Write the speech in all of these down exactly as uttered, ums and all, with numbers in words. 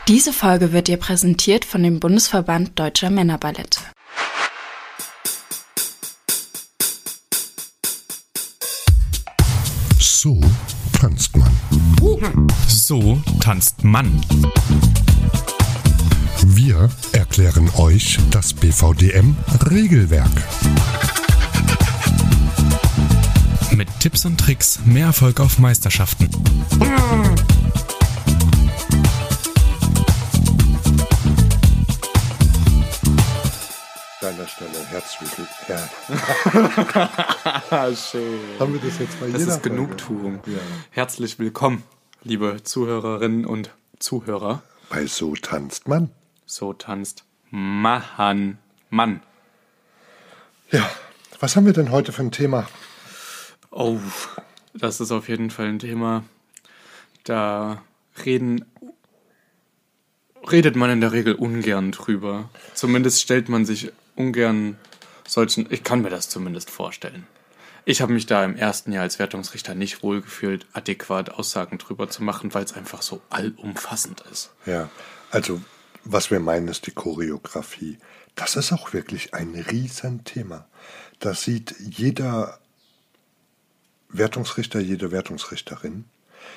Diese Folge wird dir präsentiert von dem Bundesverband Deutscher Männerballette. So tanzt man. So tanzt man. Wir erklären euch das B V D M-Regelwerk. Mit Tipps und Tricks mehr Erfolg auf Meisterschaften. Deiner Stelle herzlich willkommen. Schön. Haben wir das jetzt bei Das jeder ist Genugtuung. Ja. Herzlich willkommen, liebe Zuhörerinnen und Zuhörer. Bei So tanzt man. So tanzt Mahan Mann. Ja, was haben wir denn heute für ein Thema? Oh, das ist auf jeden Fall ein Thema. Da reden, redet man in der Regel ungern drüber. Zumindest stellt man sich ungern solchen, ich kann mir das zumindest vorstellen. Ich habe mich da im ersten Jahr als Wertungsrichter nicht wohlgefühlt, adäquat Aussagen drüber zu machen, weil es einfach so allumfassend ist. Ja, also was wir meinen ist die Choreografie. Das ist auch wirklich ein Riesenthema. Das sieht jeder Wertungsrichter, jede Wertungsrichterin,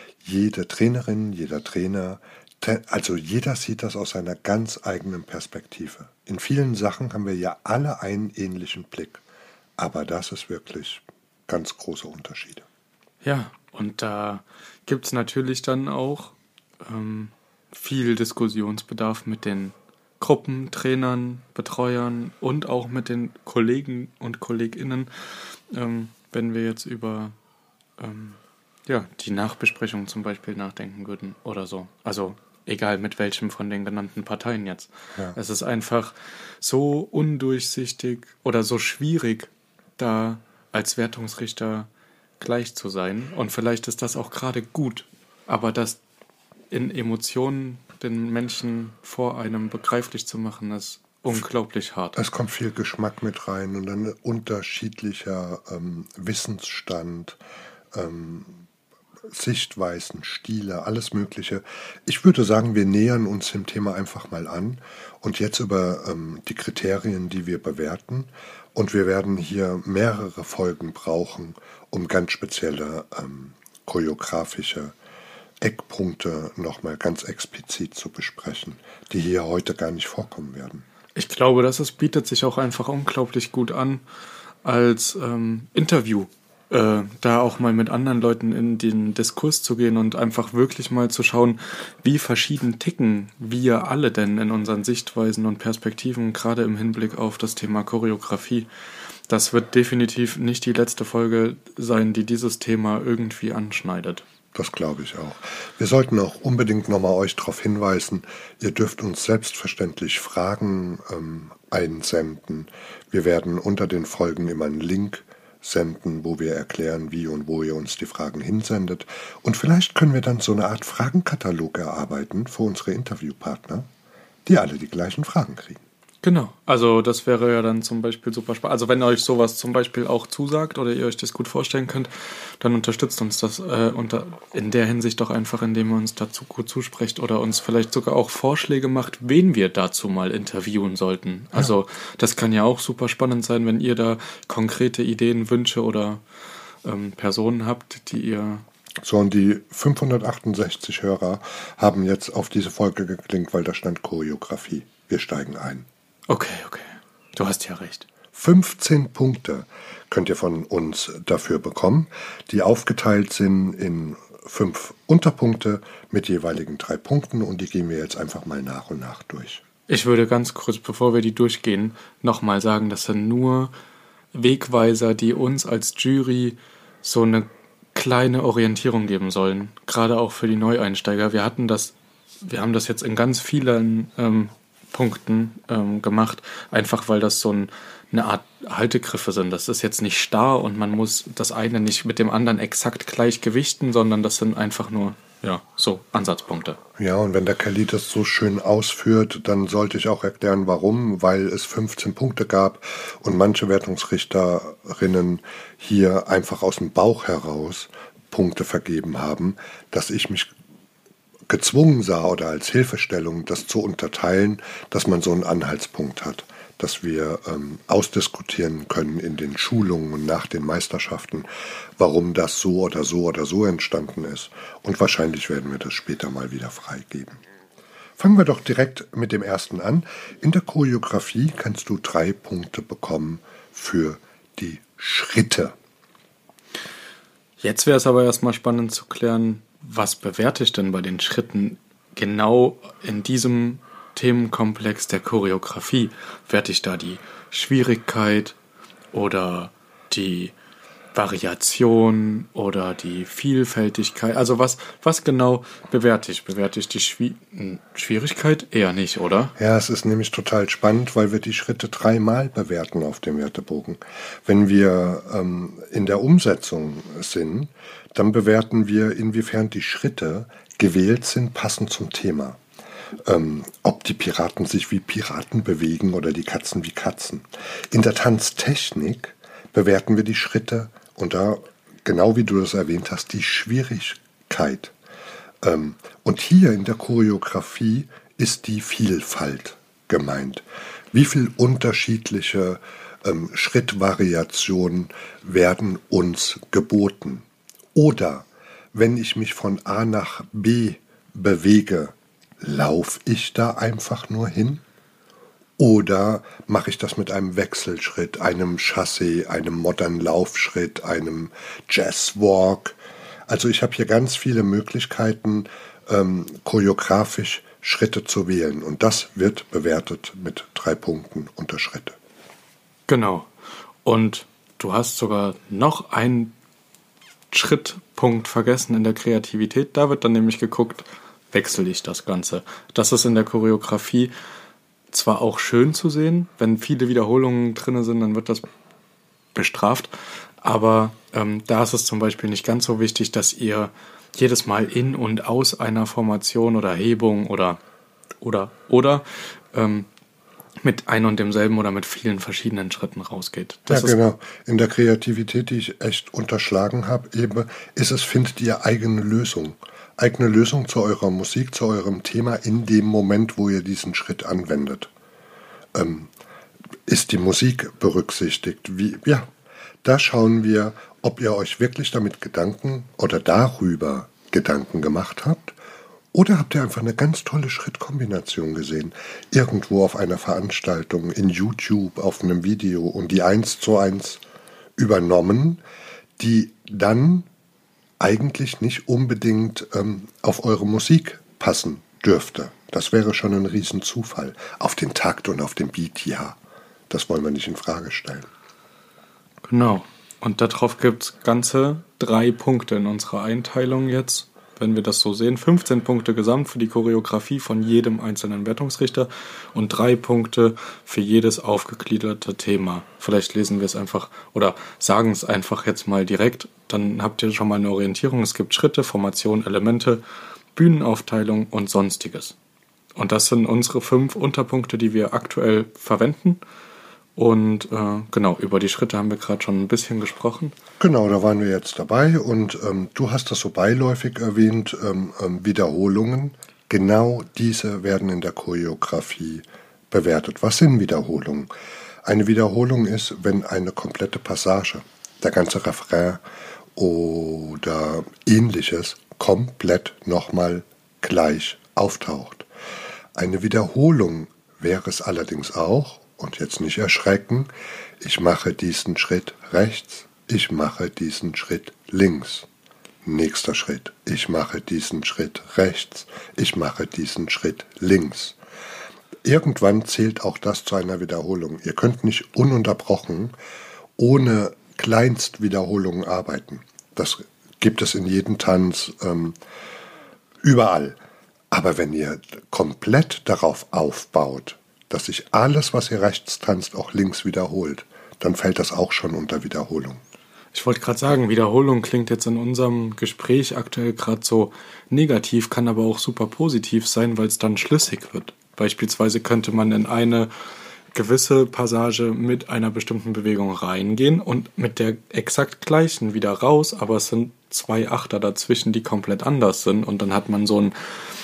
jede Trainerin, jeder Trainer, also jeder sieht das aus seiner ganz eigenen Perspektive. In vielen Sachen haben wir ja alle einen ähnlichen Blick, aber das ist wirklich ganz große Unterschiede. Ja, und da gibt es natürlich dann auch ähm, viel Diskussionsbedarf mit den Gruppen, Trainern, Betreuern und auch mit den Kollegen und KollegInnen, ähm, wenn wir jetzt über ähm, ja, die Nachbesprechung zum Beispiel nachdenken würden oder so. Also egal mit welchem von den genannten Parteien jetzt. Ja. Es ist einfach so undurchsichtig oder so schwierig, da als Wertungsrichter gleich zu sein. Und vielleicht ist das auch gerade gut, aber das in Emotionen den Menschen vor einem begreiflich zu machen, ist unglaublich hart. Es kommt viel Geschmack mit rein und ein unterschiedlicher ähm, Wissensstand, ähm, Sichtweisen, Stile, alles Mögliche. Ich würde sagen, wir nähern uns dem Thema einfach mal an und jetzt über ähm, die Kriterien, die wir bewerten. Und wir werden hier mehrere Folgen brauchen, um ganz spezielle ähm, choreografische Eckpunkte nochmal ganz explizit zu besprechen, die hier heute gar nicht vorkommen werden. Ich glaube, dass es bietet sich auch einfach unglaublich gut an, als ähm, Interview äh, da auch mal mit anderen Leuten in den Diskurs zu gehen und einfach wirklich mal zu schauen, wie verschieden ticken wir alle denn in unseren Sichtweisen und Perspektiven, gerade im Hinblick auf das Thema Choreografie. Das wird definitiv nicht die letzte Folge sein, die dieses Thema irgendwie anschneidet. Das glaube ich auch. Wir sollten auch unbedingt nochmal euch darauf hinweisen, ihr dürft uns selbstverständlich Fragen ähm, einsenden. Wir werden unter den Folgen immer einen Link senden, wo wir erklären, wie und wo ihr uns die Fragen hinsendet. Und vielleicht können wir dann so eine Art Fragenkatalog erarbeiten für unsere Interviewpartner, die alle die gleichen Fragen kriegen. Genau, also das wäre ja dann zum Beispiel super spannend. Also wenn euch sowas zum Beispiel auch zusagt oder ihr euch das gut vorstellen könnt, dann unterstützt uns das äh, unter, in der Hinsicht doch einfach, indem ihr uns dazu gut zusprecht oder uns vielleicht sogar auch Vorschläge macht, wen wir dazu mal interviewen sollten. Also ja. Das kann ja auch super spannend sein, wenn ihr da konkrete Ideen, Wünsche oder ähm, Personen habt, die ihr... So, und die fünfhundertachtundsechzig Hörer haben jetzt auf diese Folge geklinkt, weil da stand Choreografie. Wir steigen ein. Okay, okay. Du hast ja recht. fünfzehn Punkte könnt ihr von uns dafür bekommen, die aufgeteilt sind in fünf Unterpunkte mit jeweiligen drei Punkten und die gehen wir jetzt einfach mal nach und nach durch. Ich würde ganz kurz, bevor wir die durchgehen, nochmal sagen, das sind nur Wegweiser, die uns als Jury so eine kleine Orientierung geben sollen, gerade auch für die Neueinsteiger. Wir hatten das, wir haben das jetzt in ganz vielen ähm, Punkten ähm, gemacht, einfach weil das so ein, eine Art Haltegriffe sind. Das ist jetzt nicht starr und man muss das eine nicht mit dem anderen exakt gleich gewichten, sondern das sind einfach nur ja, so Ansatzpunkte. Ja, und wenn der Kelly das so schön ausführt, dann sollte ich auch erklären, warum, weil es fünfzehn Punkte gab und manche Wertungsrichterinnen hier einfach aus dem Bauch heraus Punkte vergeben haben, dass ich mich gezwungen sah oder als Hilfestellung, das zu unterteilen, dass man so einen Anhaltspunkt hat, dass wir ähm, ausdiskutieren können in den Schulungen und nach den Meisterschaften, warum das so oder so oder so entstanden ist. Und wahrscheinlich werden wir das später mal wieder freigeben. Fangen wir doch direkt mit dem ersten an. In der Choreografie kannst du drei Punkte bekommen für die Schritte. Jetzt wäre es aber erstmal spannend zu klären, was bewerte ich denn bei den Schritten genau in diesem Themenkomplex der Choreografie? Werte ich da die Schwierigkeit oder die Variation oder die Vielfältigkeit? Also was, was genau bewerte ich? Bewerte ich die Schwi- Schwierigkeit? Eher nicht, oder? Ja, es ist nämlich total spannend, weil wir die Schritte dreimal bewerten auf dem Wertebogen. Wenn wir ähm, in der Umsetzung sind, dann bewerten wir, inwiefern die Schritte gewählt sind, passend zum Thema. Ähm, ob die Piraten sich wie Piraten bewegen oder die Katzen wie Katzen. In der Tanztechnik bewerten wir die Schritte und da, genau wie du das erwähnt hast, die Schwierigkeit. Ähm, und hier in der Choreografie ist die Vielfalt gemeint. Wie viele unterschiedliche ähm, Schrittvariationen werden uns geboten? Oder wenn ich mich von A nach B bewege, laufe ich da einfach nur hin? Oder mache ich das mit einem Wechselschritt, einem Chassé, einem modernen Laufschritt, einem Jazzwalk? Also ich habe hier ganz viele Möglichkeiten, ähm, choreografisch Schritte zu wählen. Und das wird bewertet mit drei Punkten unter Schritte. Genau. Und du hast sogar noch einen Schrittpunkt vergessen in der Kreativität. Da wird dann nämlich geguckt, wechsle ich das Ganze. Das ist in der Choreografie zwar auch schön zu sehen, wenn viele Wiederholungen drin sind, dann wird das bestraft, aber ähm, da ist es zum Beispiel nicht ganz so wichtig, dass ihr jedes Mal in und aus einer Formation oder Hebung oder oder oder ähm, mit ein und demselben oder mit vielen verschiedenen Schritten rausgeht. Das ja, genau. In der Kreativität, die ich echt unterschlagen habe, eben ist es, findet ihr eigene Lösung. Eigene Lösung zu eurer Musik, zu eurem Thema in dem Moment, wo ihr diesen Schritt anwendet. Ähm, ist die Musik berücksichtigt? Wie, ja, da schauen wir, ob ihr euch wirklich damit Gedanken oder darüber Gedanken gemacht habt. Oder habt ihr einfach eine ganz tolle Schrittkombination gesehen? Irgendwo auf einer Veranstaltung, in YouTube, auf einem Video und die eins zu eins übernommen, die dann eigentlich nicht unbedingt ähm, auf eure Musik passen dürfte. Das wäre schon ein Riesenzufall. Auf den Takt und auf den Beat, ja. Das wollen wir nicht in Frage stellen. Genau. Und darauf gibt es ganze drei Punkte in unserer Einteilung jetzt, wenn wir das so sehen. fünfzehn Punkte gesamt für die Choreografie von jedem einzelnen Wertungsrichter und drei Punkte für jedes aufgegliederte Thema. Vielleicht lesen wir es einfach oder sagen es einfach jetzt mal direkt. Dann habt ihr schon mal eine Orientierung. Es gibt Schritte, Formation, Elemente, Bühnenaufteilung und Sonstiges. Und das sind unsere fünf Unterpunkte, die wir aktuell verwenden. Und äh, genau, über die Schritte haben wir gerade schon ein bisschen gesprochen. Genau, da waren wir jetzt dabei. Und ähm, du hast das so beiläufig erwähnt, ähm, ähm, Wiederholungen. Genau diese werden in der Choreografie bewertet. Was sind Wiederholungen? Eine Wiederholung ist, wenn eine komplette Passage, der ganze Refrain oder ähnliches komplett nochmal gleich auftaucht. Eine Wiederholung wäre es allerdings auch, und jetzt nicht erschrecken, ich mache diesen Schritt rechts, ich mache diesen Schritt links. Nächster Schritt, ich mache diesen Schritt rechts, ich mache diesen Schritt links. Irgendwann zählt auch das zu einer Wiederholung. Ihr könnt nicht ununterbrochen ohne Kleinstwiederholungen arbeiten. Das gibt es in jedem Tanz ähm, überall. Aber wenn ihr komplett darauf aufbaut, dass sich alles, was ihr rechts tanzt, auch links wiederholt, dann fällt das auch schon unter Wiederholung. Ich wollte gerade sagen, Wiederholung klingt jetzt in unserem Gespräch aktuell gerade so negativ, kann aber auch super positiv sein, weil es dann schlüssig wird. Beispielsweise könnte man in eine gewisse Passage mit einer bestimmten Bewegung reingehen und mit der exakt gleichen wieder raus, aber es sind zwei Achter dazwischen, die komplett anders sind und dann hat man so ein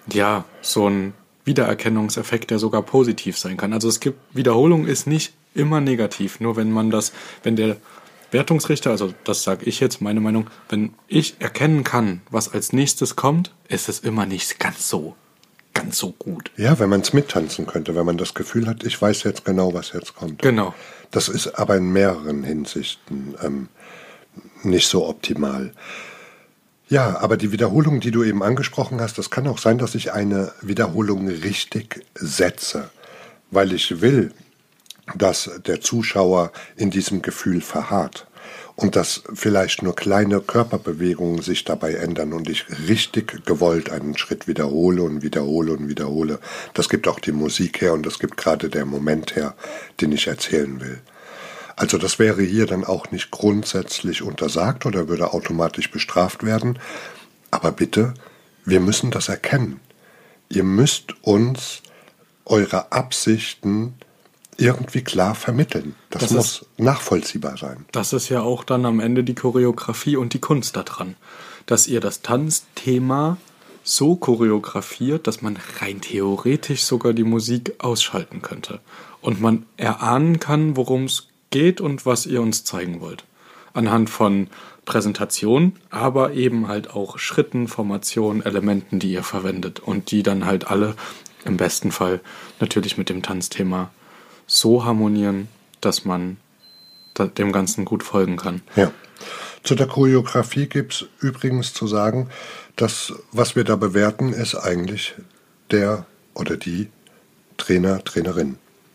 ja, so ein Wiedererkennungseffekt, der sogar positiv sein kann. Also es gibt, Wiederholung ist nicht immer negativ, nur wenn man das, wenn der Wertungsrichter, also das sage ich jetzt, meine Meinung, wenn ich erkennen kann, was als nächstes kommt, ist es immer nicht ganz so, ganz so gut. Ja, wenn man es mittanzen könnte, wenn man das Gefühl hat, ich weiß jetzt genau, was jetzt kommt. Genau. Das ist aber in mehreren Hinsichten ähm, nicht so optimal. Ja, aber die Wiederholung, die du eben angesprochen hast, das kann auch sein, dass ich eine Wiederholung richtig setze, weil ich will, dass der Zuschauer in diesem Gefühl verharrt und dass vielleicht nur kleine Körperbewegungen sich dabei ändern und ich richtig gewollt einen Schritt wiederhole und wiederhole und wiederhole. Das gibt auch die Musik her und das gibt gerade der Moment her, den ich erzählen will. Also das wäre hier dann auch nicht grundsätzlich untersagt oder würde automatisch bestraft werden. Aber bitte, wir müssen das erkennen. Ihr müsst uns eure Absichten irgendwie klar vermitteln. Das, das muss ist, nachvollziehbar sein. Das ist ja auch dann am Ende die Choreografie und die Kunst daran. Dass ihr das Tanzthema so choreografiert, dass man rein theoretisch sogar die Musik ausschalten könnte. Und man erahnen kann, worum es geht und was ihr uns zeigen wollt. Anhand von Präsentation, aber eben halt auch Schritten, Formationen, Elementen, die ihr verwendet und die dann halt alle im besten Fall natürlich mit dem Tanzthema so harmonieren, dass man dem Ganzen gut folgen kann. Ja. Zu der Choreografie gibt es übrigens zu sagen, dass was wir da bewerten, ist eigentlich der oder die Trainer, Trainerin.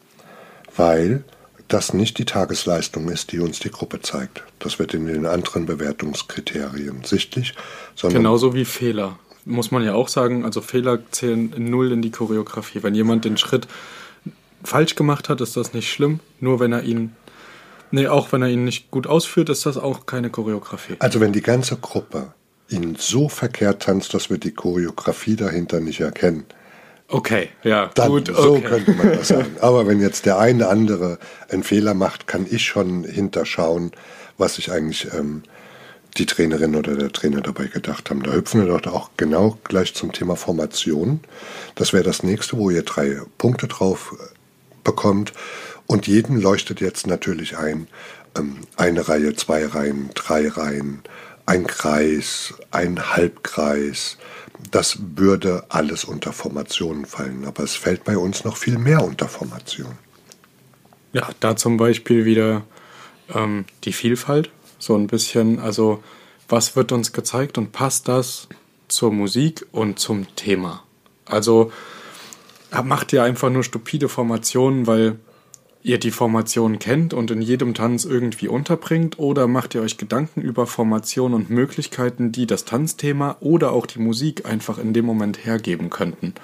Weil das nicht die Tagesleistung ist, die uns die Gruppe zeigt. Das wird in den anderen Bewertungskriterien sichtlich. Sondern genauso wie Fehler, muss man ja auch sagen. Also Fehler zählen null in die Choreografie. Wenn jemand den Schritt falsch gemacht hat, ist das nicht schlimm. Nur wenn er ihn, nee, auch wenn er ihn nicht gut ausführt, ist das auch keine Choreografie. Also wenn die ganze Gruppe ihn so verkehrt tanzt, dass wir die Choreografie dahinter nicht erkennen, okay, ja, dann, gut, okay. So könnte man das sagen. Aber wenn jetzt der eine andere einen Fehler macht, kann ich schon hinterschauen, was sich eigentlich ähm, die Trainerin oder der Trainer dabei gedacht haben. Da hüpfen wir doch auch genau gleich zum Thema Formation. Das wäre das nächste, wo ihr drei Punkte drauf bekommt. Und jedem leuchtet jetzt natürlich ein, ähm, eine Reihe, zwei Reihen, drei Reihen, ein Kreis, ein Halbkreis. Das würde alles unter Formationen fallen, aber es fällt bei uns noch viel mehr unter Formation. Ja, da zum Beispiel wieder ähm, die Vielfalt, so ein bisschen, also was wird uns gezeigt und passt das zur Musik und zum Thema? Also macht ihr einfach nur stupide Formationen, weil ihr die Formation kennt und in jedem Tanz irgendwie unterbringt, oder macht ihr euch Gedanken über Formationen und Möglichkeiten, die das Tanzthema oder auch die Musik einfach in dem Moment hergeben könnten?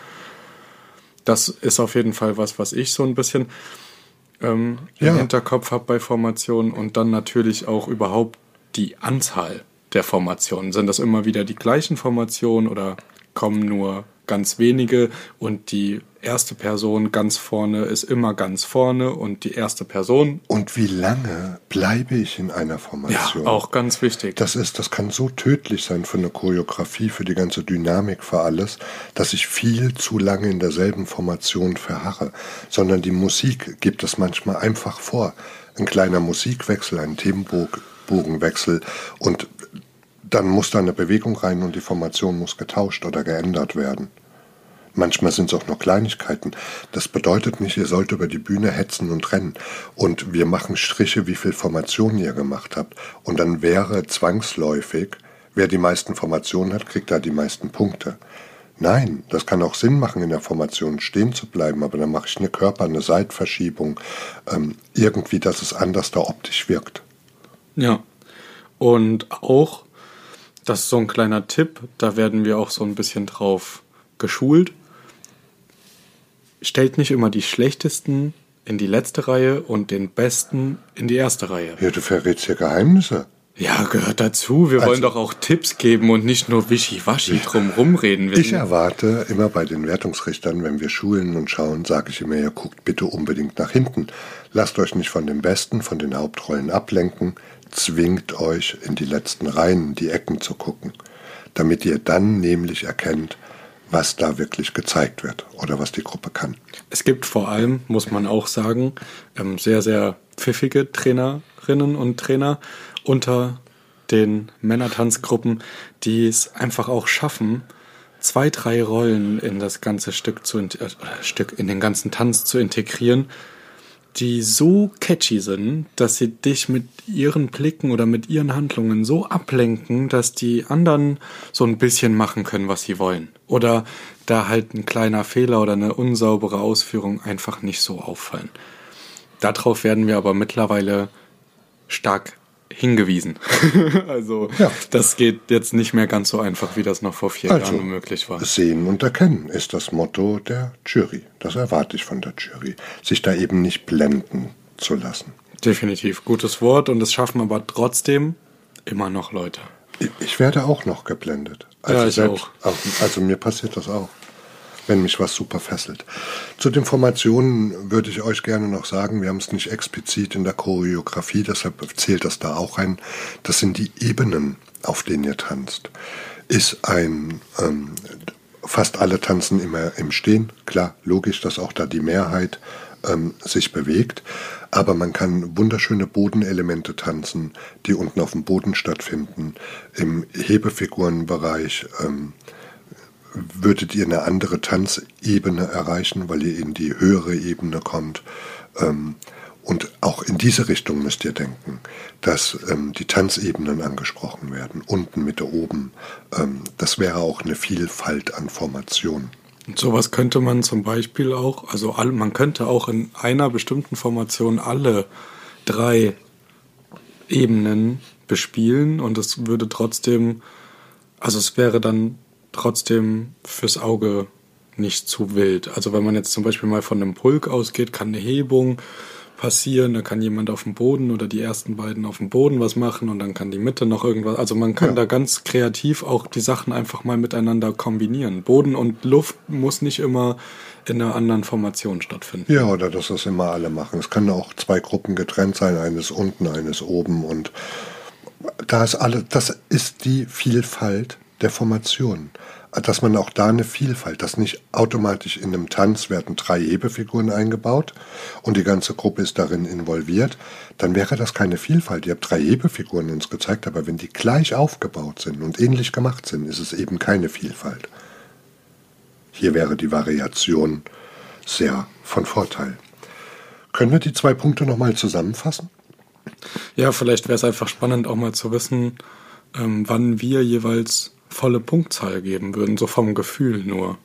Das ist auf jeden Fall was, was ich so ein bisschen ähm, ja. im Hinterkopf habe bei Formationen, und dann natürlich auch überhaupt die Anzahl der Formationen. Sind das immer wieder die gleichen Formationen oder kommen nur ganz wenige und die erste Person ganz vorne ist immer ganz vorne und die erste Person. Und wie lange bleibe ich in einer Formation? Ja, auch ganz wichtig. Das ist, das kann so tödlich sein für eine Choreografie, für die ganze Dynamik, für alles, dass ich viel zu lange in derselben Formation verharre. Sondern die Musik gibt es manchmal einfach vor. Ein kleiner Musikwechsel, ein Themenbogenwechsel, und dann muss da eine Bewegung rein und die Formation muss getauscht oder geändert werden. Manchmal sind es auch noch Kleinigkeiten. Das bedeutet nicht, ihr sollt über die Bühne hetzen und rennen. Und wir machen Striche, wie viel Formationen ihr gemacht habt. Und dann wäre zwangsläufig, wer die meisten Formationen hat, kriegt da die meisten Punkte. Nein, das kann auch Sinn machen, in der Formation stehen zu bleiben, aber dann mache ich eine Körper-, eine Seitverschiebung. Ähm, irgendwie, dass es anders da optisch wirkt. Ja, und auch, das ist so ein kleiner Tipp, da werden wir auch so ein bisschen drauf geschult. Stellt nicht immer die Schlechtesten in die letzte Reihe und den Besten in die erste Reihe. Ja, du verrätst ja Geheimnisse. Ja, gehört dazu. Wir also, wollen doch auch Tipps geben und nicht nur wischiwaschi drum rumreden. Ich erwarte immer bei den Wertungsrichtern, wenn wir schulen und schauen, sage ich immer, ja, guckt bitte unbedingt nach hinten. Lasst euch nicht von den Besten, von den Hauptrollen ablenken. Zwingt euch in die letzten Reihen, die Ecken zu gucken. Damit ihr dann nämlich erkennt, was da wirklich gezeigt wird oder was die Gruppe kann. Es gibt vor allem, muss man auch sagen, sehr, sehr pfiffige Trainerinnen und Trainer unter den Männertanzgruppen, die es einfach auch schaffen, zwei, drei Rollen in das ganze Stück zu äh, Stück in den ganzen Tanz zu integrieren, die so catchy sind, dass sie dich mit ihren Blicken oder mit ihren Handlungen so ablenken, dass die anderen so ein bisschen machen können, was sie wollen. Oder da halt ein kleiner Fehler oder eine unsaubere Ausführung einfach nicht so auffallen. Darauf werden wir aber mittlerweile stark hingewiesen. Also ja. Das geht jetzt nicht mehr ganz so einfach, wie das noch vor vier also, Jahren möglich war. Sehen und erkennen ist das Motto der Jury. Das erwarte ich von der Jury. Sich da eben nicht blenden zu lassen. Definitiv. Gutes Wort und es schaffen aber trotzdem immer noch Leute. Ich, ich werde auch noch geblendet. Also ja, ich selbst, auch. Also mir passiert das auch, wenn mich was super fesselt. Zu den Formationen würde ich euch gerne noch sagen, wir haben es nicht explizit in der Choreografie, deshalb zählt das da auch rein. Das sind die Ebenen, auf denen ihr tanzt. Ist ein, ähm, fast alle tanzen immer im Stehen, klar, logisch, dass auch da die Mehrheit ähm, sich bewegt, aber man kann wunderschöne Bodenelemente tanzen, die unten auf dem Boden stattfinden, im Hebefigurenbereich, ähm, würdet ihr eine andere Tanzebene erreichen, weil ihr in die höhere Ebene kommt. Und auch in diese Richtung müsst ihr denken, dass die Tanzebenen angesprochen werden, unten, Mitte, oben. Das wäre auch eine Vielfalt an Formationen. Und sowas könnte man zum Beispiel auch, also man könnte auch in einer bestimmten Formation alle drei Ebenen bespielen und es würde trotzdem, also es wäre dann trotzdem fürs Auge nicht zu wild. Also wenn man jetzt zum Beispiel mal von einem Pulk ausgeht, kann eine Hebung passieren, da kann jemand auf dem Boden oder die ersten beiden auf dem Boden was machen und dann kann die Mitte noch irgendwas, also man kann ja. da ganz kreativ auch die Sachen einfach mal miteinander kombinieren. Boden und Luft muss nicht immer in einer anderen Formation stattfinden. Ja, oder dass das immer alle machen. Es können auch zwei Gruppen getrennt sein, eines unten, eines oben und da ist alle, das ist die Vielfalt der Formationen. Dass man auch da eine Vielfalt, dass nicht automatisch in einem Tanz werden drei Hebefiguren eingebaut und die ganze Gruppe ist darin involviert, dann wäre das keine Vielfalt. Ihr habt drei Hebefiguren uns gezeigt, aber wenn die gleich aufgebaut sind und ähnlich gemacht sind, ist es eben keine Vielfalt. Hier wäre die Variation sehr von Vorteil. Können wir die zwei Punkte nochmal zusammenfassen? Ja, vielleicht wäre es einfach spannend, auch mal zu wissen, ähm, wann wir jeweils volle Punktzahl geben würden, so vom Gefühl nur.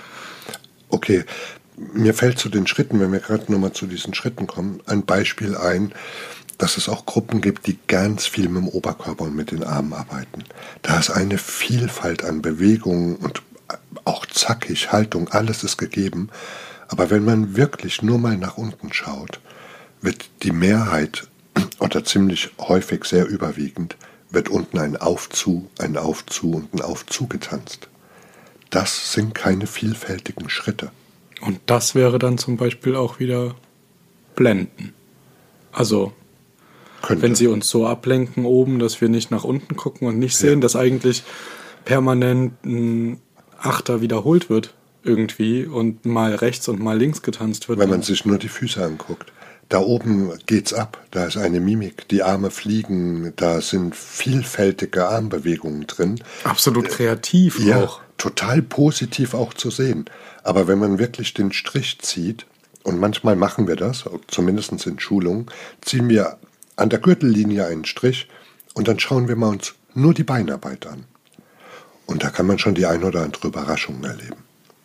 Okay, mir fällt zu den Schritten, wenn wir gerade nochmal zu diesen Schritten kommen, ein Beispiel ein, dass es auch Gruppen gibt, die ganz viel mit dem Oberkörper und mit den Armen arbeiten. Da ist eine Vielfalt an Bewegungen und auch zackig, Haltung, alles ist gegeben. Aber wenn man wirklich nur mal nach unten schaut, wird die Mehrheit oder ziemlich häufig sehr überwiegend wird unten ein Aufzu, ein Aufzu und ein Aufzu getanzt. Das sind keine vielfältigen Schritte. Und das wäre dann zum Beispiel auch wieder Blenden. Also, Könnte. Wenn sie uns so ablenken oben, dass wir nicht nach unten gucken und nicht sehen, ja. dass eigentlich permanent ein Achter wiederholt wird irgendwie und mal rechts und mal links getanzt wird. Wenn man sich nur die Füße anguckt. Da oben geht's ab, da ist eine Mimik, die Arme fliegen, da sind vielfältige Armbewegungen drin. Absolut kreativ ja, auch. Total positiv auch zu sehen. Aber wenn man wirklich den Strich zieht, und manchmal machen wir das, zumindest in Schulungen, ziehen wir an der Gürtellinie einen Strich und dann schauen wir mal uns nur die Beinarbeit an. Und da kann man schon die ein oder andere Überraschung erleben.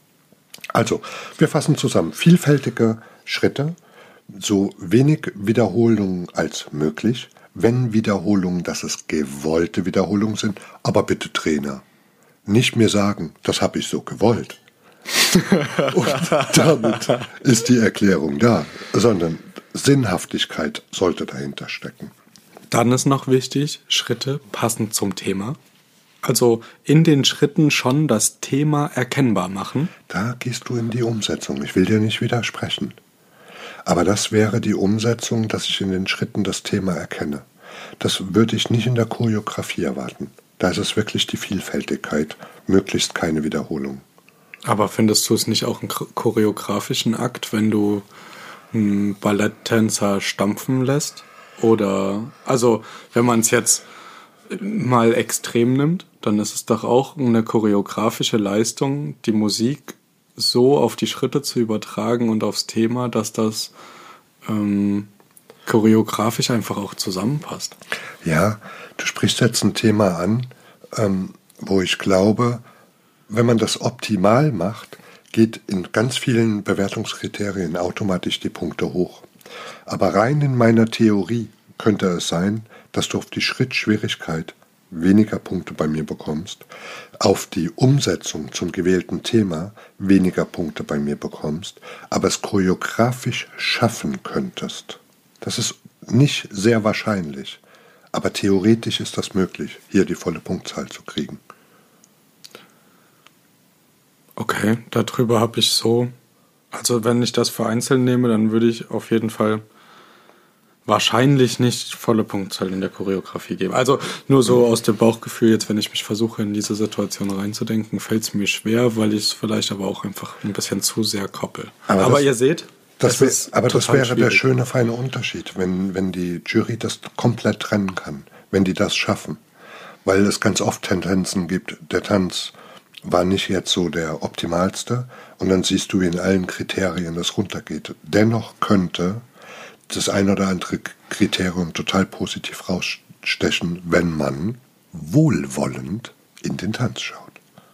Also, wir fassen zusammen. Vielfältige Schritte, so wenig Wiederholungen als möglich. Wenn Wiederholungen, dass es gewollte Wiederholungen sind, aber bitte Trainer, nicht mir sagen, das habe ich so gewollt. Und damit ist die Erklärung da, sondern Sinnhaftigkeit sollte dahinter stecken. Dann ist noch wichtig, Schritte passend zum Thema. Also in den Schritten schon das Thema erkennbar machen. Da gehst du in die Umsetzung. Ich will dir nicht widersprechen. Aber das wäre die Umsetzung, dass ich in den Schritten das Thema erkenne. Das würde ich nicht in der Choreografie erwarten. Da ist es wirklich die Vielfältigkeit, möglichst keine Wiederholung. Aber findest du es nicht auch einen choreografischen Akt, wenn du einen Balletttänzer stampfen lässt? Oder, also, wenn man es jetzt mal extrem nimmt, dann ist es doch auch eine choreografische Leistung, die Musik so auf die Schritte zu übertragen und aufs Thema, dass das ähm, choreografisch einfach auch zusammenpasst. Ja, du sprichst jetzt ein Thema an, ähm, wo ich glaube, wenn man das optimal macht, geht in ganz vielen Bewertungskriterien automatisch die Punkte hoch. Aber rein in meiner Theorie könnte es sein, dass du auf die Schrittschwierigkeit weniger Punkte bei mir bekommst, auf die Umsetzung zum gewählten Thema weniger Punkte bei mir bekommst, aber es choreografisch schaffen könntest. Das ist nicht sehr wahrscheinlich, aber theoretisch ist das möglich, hier die volle Punktzahl zu kriegen. Okay, darüber habe ich so, also wenn ich das vereinzelt nehme, dann würde ich auf jeden Fall wahrscheinlich nicht volle Punktzahl in der Choreografie geben. Also nur so aus dem Bauchgefühl, jetzt wenn ich mich versuche, in diese Situation reinzudenken, fällt es mir schwer, weil ich es vielleicht aber auch einfach ein bisschen zu sehr koppel. Aber, aber das, ihr seht, das wär, aber das wäre schwierig. Der schöne, feine Unterschied, wenn, wenn die Jury das komplett trennen kann, wenn die das schaffen. Weil es ganz oft Tendenzen gibt, der Tanz war nicht jetzt so der optimalste und dann siehst du, wie in allen Kriterien das runtergeht. Dennoch könnte das ein oder andere Kriterium total positiv rausstechen, wenn man wohlwollend in den Tanz schaut.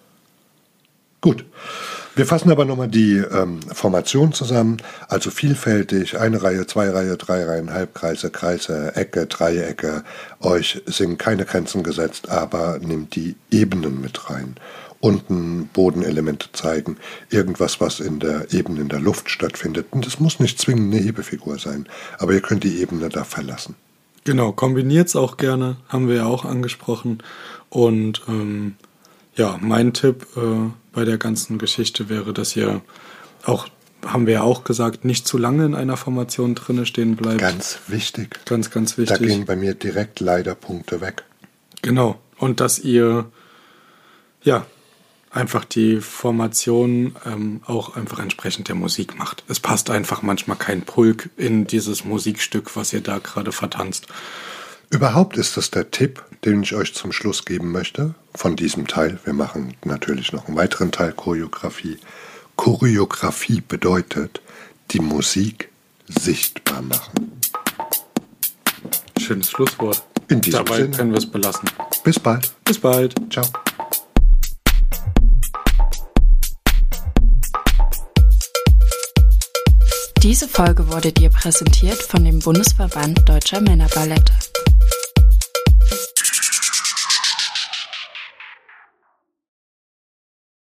Gut, wir fassen aber nochmal die ähm, Formation zusammen. Also vielfältig, eine Reihe, zwei Reihe, drei Reihen, Halbkreise, Kreise, Ecke, Dreiecke. Euch sind keine Grenzen gesetzt, aber nehmt die Ebenen mit rein. Unten Bodenelemente zeigen, irgendwas, was in der Ebene in der Luft stattfindet. Und das muss nicht zwingend eine Hebefigur sein, aber ihr könnt die Ebene da verlassen. Genau, kombiniert es auch gerne, haben wir ja auch angesprochen. Und ähm, ja, mein Tipp äh, bei der ganzen Geschichte wäre, dass ihr auch, haben wir ja auch gesagt, nicht zu lange in einer Formation drinne stehen bleibt. Ganz wichtig. Ganz, ganz wichtig. Da gehen bei mir direkt leider Punkte weg. Genau, und dass ihr, ja, einfach die Formation ähm, auch einfach entsprechend der Musik macht. Es passt einfach manchmal kein Pulk in dieses Musikstück, was ihr da gerade vertanzt. Überhaupt ist das der Tipp, den ich euch zum Schluss geben möchte von diesem Teil. Wir machen natürlich noch einen weiteren Teil Choreografie. Choreografie bedeutet, die Musik sichtbar machen. Schönes Schlusswort. In diesem Dabei Sinne können wir es belassen. Bis bald. Bis bald. Ciao. Diese Folge wurde dir präsentiert von dem Bundesverband Deutscher Männerballette.